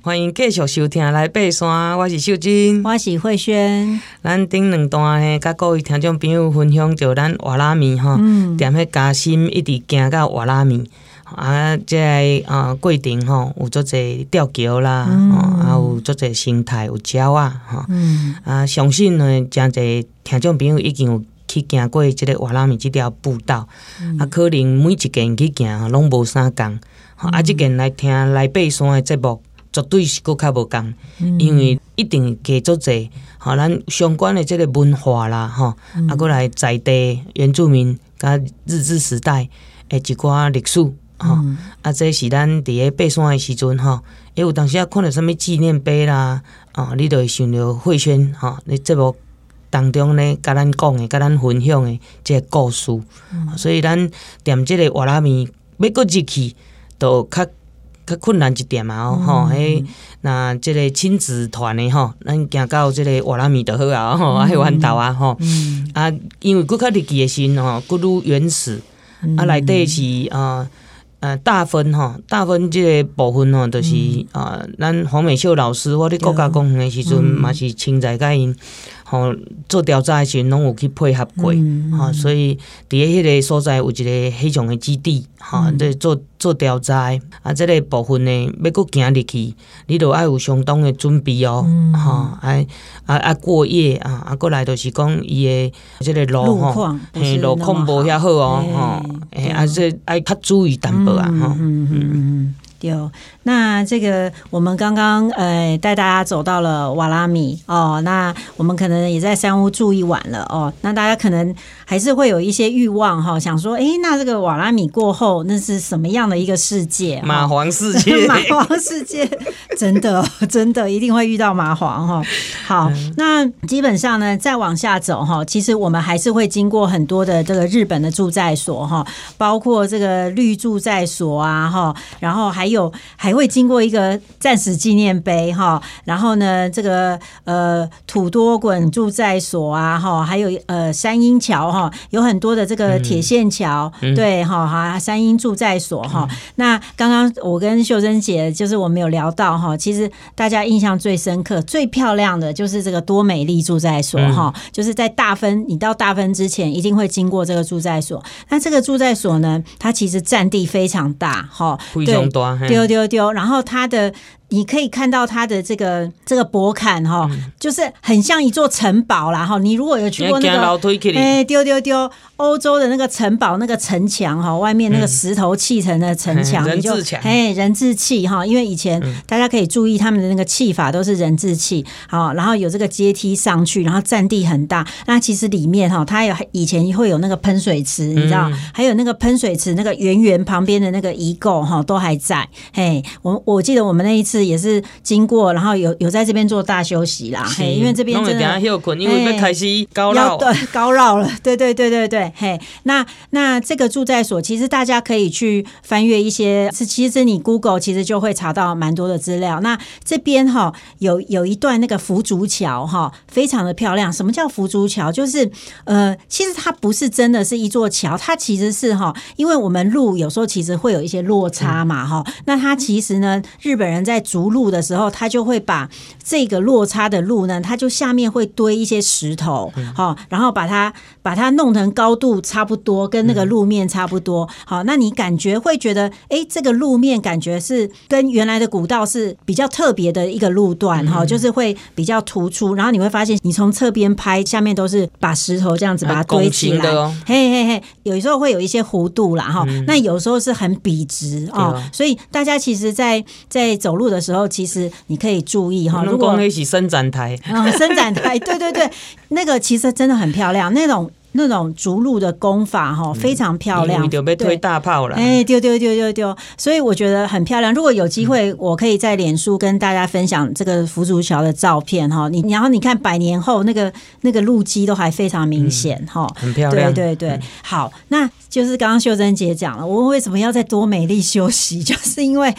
欢迎继续收听来爬山，我是秀珍， 我是慧萱。 咱顶两段呢，甲各位听众朋友分享着咱瓦拉米吼，踮迄嘉兴一直行到瓦拉米。这个过程吼，有足侪吊桥啦，还有足侪生态，有鸟啊，相信呢，真侪听众朋友已经有去行过即个瓦拉米即条步道，可能每一件去行拢无啥共，即件来听来爬山的节目，绝对是佫较无共，因为一定加足侪，咱相关的即个文化啦，佫来在地原住民甲日治时代的一寡历史。这是咱伫个爬山的时阵也有当时看到什么纪念碑啦，你就会想到慧萱你节目当中呢，甲咱讲的、甲咱分享的这个故事，所以咱踮这个瓦拉米要搁入去，就较困难一点嘛那这个亲子团的咱行到这个瓦拉米就好啊迄弯道因为搁较入去的时阵搁愈原始内底是大分这个部分就是咱黄美秀老师，我伫国家公园的时阵嘛是亲在甲因做调查的时阵，拢有去配合过所以伫迄个所在有一个迄种的基地做调查这个部分呢，要搁行入去，你就要有相当的准备过夜过来就是讲伊的这个路况无遐好这爱较注意淡薄对，那这个我们刚刚带大家走到了瓦拉米那我们可能也在山屋住一晚了那大家可能还是会有一些欲望想说那这个瓦拉米过后那是什么样的一个世界？ 蚂蟥世界蚂蟥世界真的一定会遇到蚂蟥好，那基本上呢再往下走其实我们还是会经过很多的这个日本的住宅所包括这个绿住宅所然后还会经过一个战史纪念碑然后呢这个土多滚住宅所还有山阴桥有很多的这个铁线桥对山阴住宅所那刚刚我跟秀珍姐就是我们有聊到其实大家印象最深刻最漂亮的就是这个多美丽住宅所就是在大分，你到大分之前一定会经过这个住宅所。那这个住宅所呢，它其实占地非常大非常大丢，然后它的你可以看到它的这个博坎就是很像一座城堡啦你如果有去过那个丢欧洲的那个城堡那个城墙外面那个石头砌成的城墙， 人字墙人字砌因为以前大家可以注意他们的那个砌法都是人字砌然后有这个阶梯上去，然后占地很大。那其实里面它有以前会有那个喷水池你知道还有那个喷水池那个圆旁边的那个遗构都还在我记得我们那一次也是经过，然后有在这边做大休息啦因为这边真的因为要开始高绕高绕了对那这个住宅所其实大家可以去翻阅一些，其实你 Google 其实就会查到蛮多的资料。那这边有一段那个浮竹桥非常的漂亮。什么叫浮竹桥？就是其实它不是真的是一座桥，它其实是因为我们路有时候其实会有一些落差嘛那它其实呢日本人在筑路的时候，他就会把这个落差的路呢，他就下面会堆一些石头然后把它弄成高度差不多跟那个路面差不多那你感觉会觉得这个路面感觉是跟原来的古道是比较特别的一个路段就是会比较突出，然后你会发现你从侧边拍下面都是把石头这样子把它堆起来有时候会有一些弧度啦那有时候是很笔直所以大家其实在走路的时候其实你可以注意如果那是伸展台伸展台对那个其实真的很漂亮，那种逐鹿的功法非常漂亮， 因为就要推大炮了丢，所以我觉得很漂亮。如果有机会我可以在脸书跟大家分享这个浮竹桥的照片然后你看100年后那个路基都还非常明显很漂亮对好，那就是刚刚秀珍姐讲了，我为什么要在多美丽休息，就是因为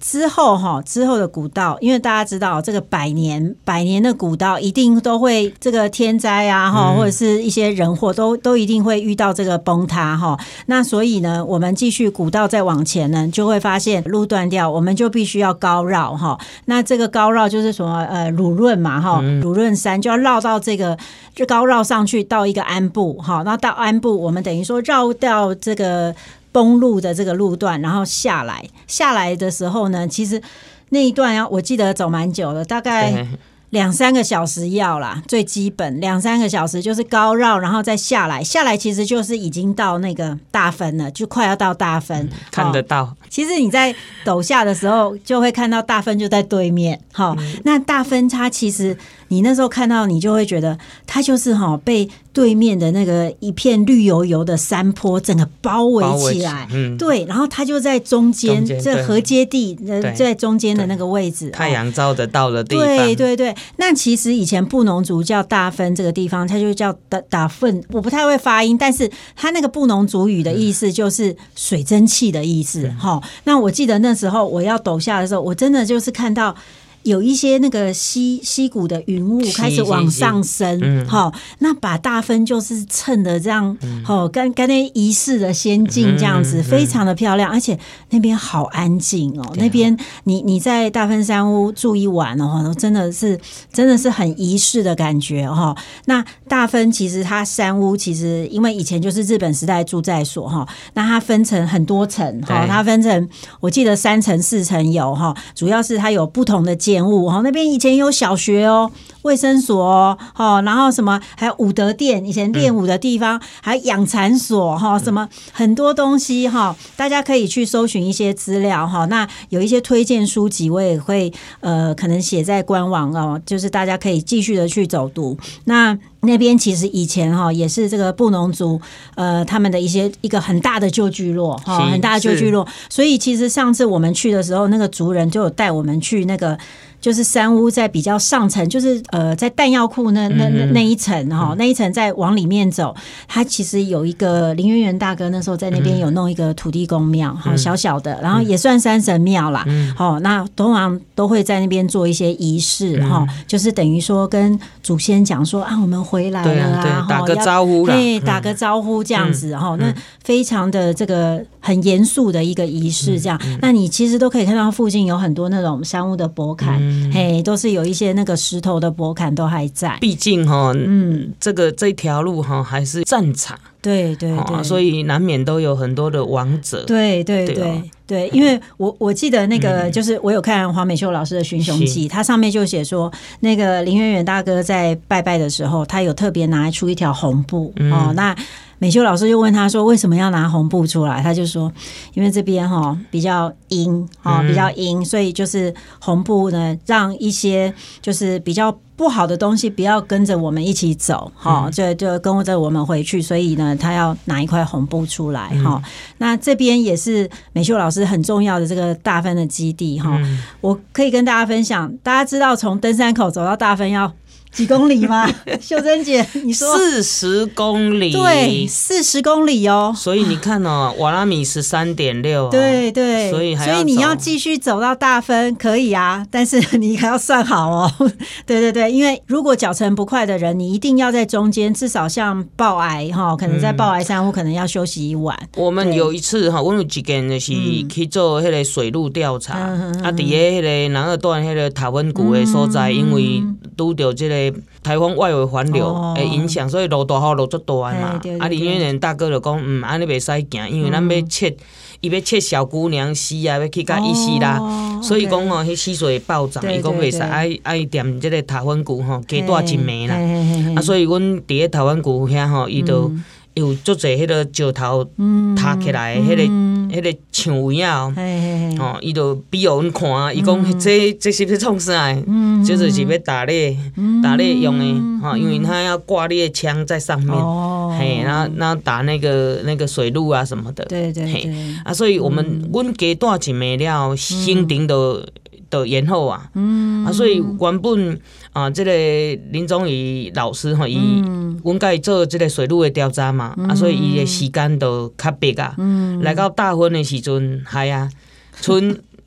之后的古道，因为大家知道这个百年的古道一定都会这个天灾啊，或者是一些人祸都一定会遇到这个崩塌哈。那所以呢，我们继续古道再往前呢，就会发现路断掉，我们就必须要高绕哈。那这个高绕就是什么鲁润嘛哈，鲁润山就要绕到这个就高绕上去到一个安部哈，那到安部我们等于说绕到这个崩路的这个路段，然后下来的时候呢，其实那一段我记得走蛮久的，大概2-3个小时要啦，最基本2-3个小时就是高绕，然后再下来其实就是已经到那个大分了，就快要到大分， 看得到。 其实你在陡下的时候就会看到大分就在对面，那大分它其实你那时候看到你就会觉得它就是被对面的那个一片绿油油的山坡整个包围起来，对，然后它就在中间这河阶地在中间的那个位置， 太阳照得到的地方， 对对对。那其实以前布农族叫大分这个地方，它就叫打分，我不太会发音，但是它那个布农族语的意思就是水蒸气的意思，那我记得那时候我要陡下的时候，我真的就是看到有一些那个溪谷的云雾开始往上升，那把大分就是衬的这样，跟那仪式的仙境这样子，非常的漂亮，而且那边好安静哦。那边你在大分山屋住一晚哦，真的是很仪式的感觉哦。那大分其实它山屋其实因为以前就是日本时代住宅所哈，那它分成很多层哈，它分成我记得3层4层有哈，主要是它有不同的建物，那边以前有小学卫生所然后什么还有武德殿，以前练武的地方，还有养蚕所什么很多东西大家可以去搜寻一些资料那有一些推荐书籍我也会可能写在官网就是大家可以继续的去走读。那边其实以前也是这个布农族他们的一个很大的旧聚落很大的旧聚落，所以其实上次我们去的时候，那个族人就有带我们去那个就是山屋在比较上层，就是在弹药库那一层那一层再往里面走，它其实有一个林渊源大哥那时候在那边有弄一个土地公庙小小的，然后也算山神庙啦那通常都会在那边做一些仪式就是等于说跟祖先讲说我们回来了啊， 打个招呼啦， 打个招呼这样子那非常的这个很严肃的一个仪式这样。那你其实都可以看到附近有很多那种山屋的柏坎都是有一些那个石头的柏坎都还在， 毕竟这条路还是战场， 对对对， 所以难免都有很多的亡者， 对对对对，因为我记得那个就是我有看黄美秀老师的《寻凶记》，他上面就写说那个林渊源大哥在拜拜的时候，他有特别拿出一条红布那美秀老师就问他说为什么要拿红布出来，他就说因为这边比较阴比较阴，所以就是红布呢让一些就是比较不好的东西不要跟着我们一起走就跟着我们回去，所以呢他要拿一块红布出来那这边也是美秀老师很重要的这个大分的基地我可以跟大家分享，大家知道从登山口走到大分要几公里吗？秀珍姐，你说 40公里， 对，40公里所以你看瓦拉米13.6， 对对，所以你要继续走到大分可以啊，但是你还要算好对对对，因为如果脚程不快的人，你一定要在中间，至少像豹癌可能在豹癌山屋可能要休息一晚。 我们有一次我有一件就是去做那个水路调查在那个南二段那个塔温谷的所在，因为遇到这个台风外围环流的影响，所以落大雨落足大嘛。林渊源大哥就讲，安尼袂使行，因为咱要切小姑娘死要去甲伊死啦，所以讲迄溪水暴涨，伊讲袂使爱踮这个塔温谷加大一暝啦。所以阮伫咧塔温谷遐伊就有足侪迄个石头塌起来的迄个墙位伊就比互阮看，伊讲这是要创啥的？这就是要打猎用的因为他要挂猎枪在上面然后打那个水路啊什么的， 对对对所以阮加大一暝了，行程就延后所以原本这个林宗宇老师阮甲伊做这个水路的调查嘛所以伊的时间就较迫来到大分的时阵，剩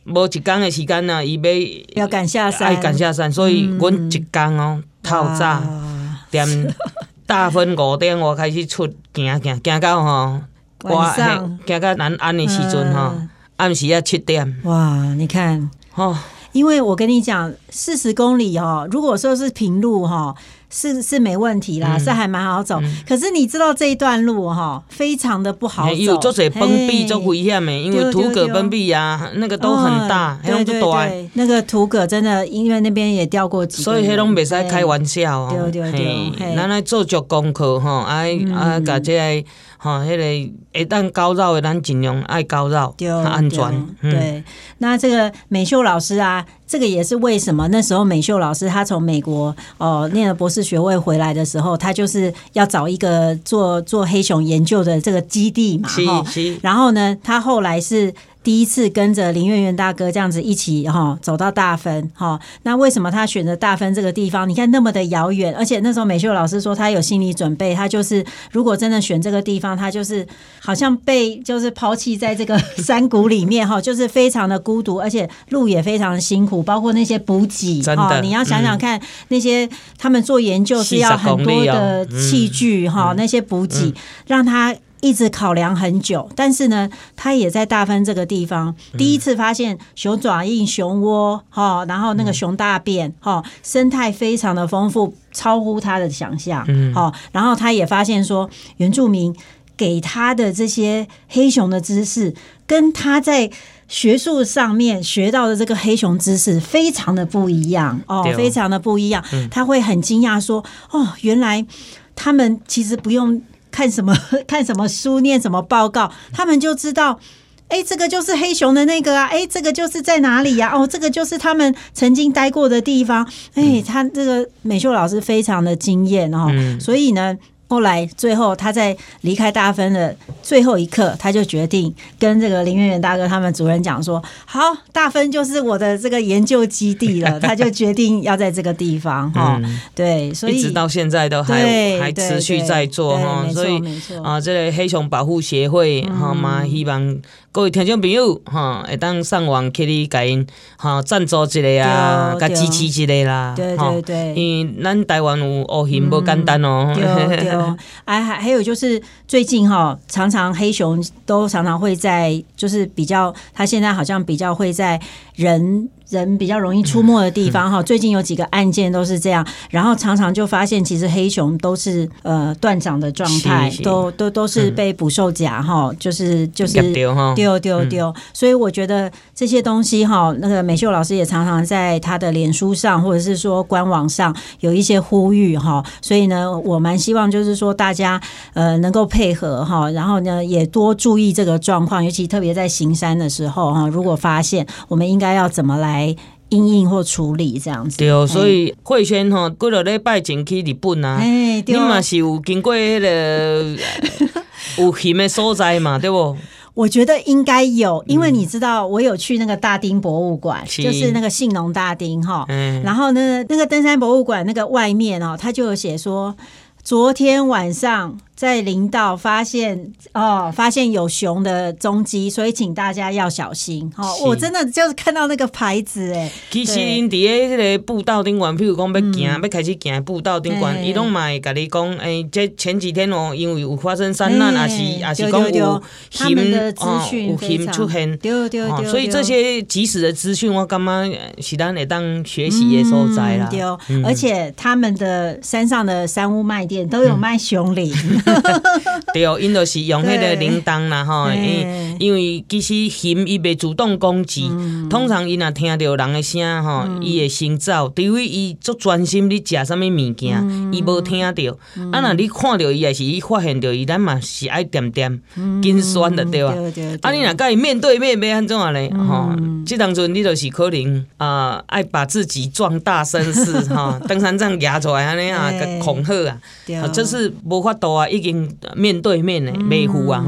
无一工的时间啊，伊要赶下山， 爱赶下山，所以阮一工哦透早踮大分5点我开始出行到晚上行到南安的时阵暗时啊7点。 哇，你看因为我跟你讲，40公里如果说是平路是没问题啦，是还蛮好走。可是你知道这一段路非常的不好走， 有做些崩壁做危险的，因为土葛崩壁啊，那个都很大， 对对对，那个土葛真的，因为那边也掉过几个， 所以迄拢袂使开玩笑哦。 对， 咱来做足功课甲这个迄个会当高绕的，咱尽量爱高绕，安全。 对，那这个美秀老师啊，这个也是为什么那时候美秀老师他从美国念了博士学位回来的时候，他就是要找一个做黑熊研究的这个基地嘛。然后呢，他后来是第一次跟着林苑苑大哥这样子一起走到大分那为什么他选择大分这个地方？你看那么的遥远，而且那时候美秀老师说他有心理准备，他就是如果真的选这个地方，他就是好像被就是抛弃在这个山谷里面就是非常的孤独，而且路也非常的辛苦，包括那些补给你要想想看，那些他们做研究是要很多的器具那些补给让他一直考量很久，但是呢，他也在大分这个地方第一次发现熊爪印、熊窝然后那个熊大便生态非常的丰富，超乎他的想象然后他也发现说，原住民给他的这些黑熊的知识，跟他在学术上面学到的这个黑熊知识非常的不一样非常的不一样。他会很惊讶说，原来他们其实不用看什么书，念什么报告，他们就知道这个就是黑熊的那个啊，这个就是在哪里呀？这个就是他们曾经待过的地方。他这个美秀老师非常的惊艳所以呢，后来最后他在离开大分的最后一刻，他就决定跟这个林苑苑大哥他们主任讲说，好，大分就是我的这个研究基地了。他就决定要在这个地方对，所以一直到现在都还持续在做所以这个黑熊保护协会嘛，希望各位听众朋友会当上网去你甲因赞助一下啊，甲支持一下啦。 对， 因为咱台湾有乌熊不简单对还有就是最近常常黑熊都常常会在就是比较，他现在好像比较会在人比较容易出没的地方最近有几个案件都是这样，然后常常就发现其实黑熊都是断掌的状态，都是被捕兽夹就是丢，所以我觉得这些东西那个美秀老师也常常在他的脸书上或者是说官网上有一些呼吁所以呢，我蛮希望就是说大家能够配合然后呢也多注意这个状况，尤其特别在行山的时候如果发现，我们应该要怎么来因应或处理这样子。 对，所以慧萱几个礼拜前去日本啊，你嘛是有经过那个有熊的所在嘛，对不？ 我觉得应该有，因为你知道我有去那个大丁博物馆，就是那个信浓大丁然后呢那个登山博物馆那个外面他就有写说，昨天晚上在林道发现有熊的踪迹，所以请大家要小心我真的就是看到那个牌子其实因伫迄个步道顶端，譬如讲要行要开始行步道顶端，伊拢嘛会甲你讲这前几天因为有发生山难，也是讲有他们的资讯有熊出现， 对所以这些及时的资讯，我感觉是咱会当学习的所在啦。 而且他们的山上的山屋卖店都有卖熊铃对，因就是用迄个铃铛啦因为其实熊伊袂主动攻击，通常伊若听到人的声伊会先走，除非伊足专心你食啥物物件，伊无听到若你看到伊还是伊发现到伊，咱嘛是爱点紧选就对啊。你若甲伊面对面要安怎咧这当阵你就是可能爱把自己壮大声势登山杖举出来安尼恐吓这是无法度已经面对面的维护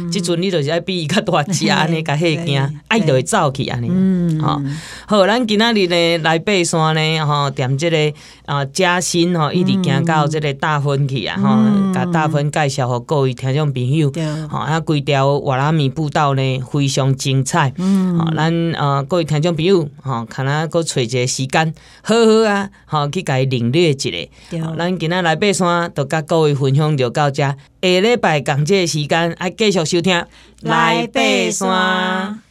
即阵你就是爱比伊较大只安尼，甲吓惊，伊就会走去安尼。好，咱今仔日呢来爬山呢，吼，踮即个嘉兴吼，一直行到即个大分去啊，吼，甲大分介绍互各位听众朋友。吼，啊，规条瓦拉米步道呢非常精彩。吼，咱各位听众朋友，吼，看咱搁找一个时间，好好啊，吼，去甲伊领略一下。咱今仔来爬山，就甲各位分享就到这。下礼拜同这个时间，爱继续收听来爬山。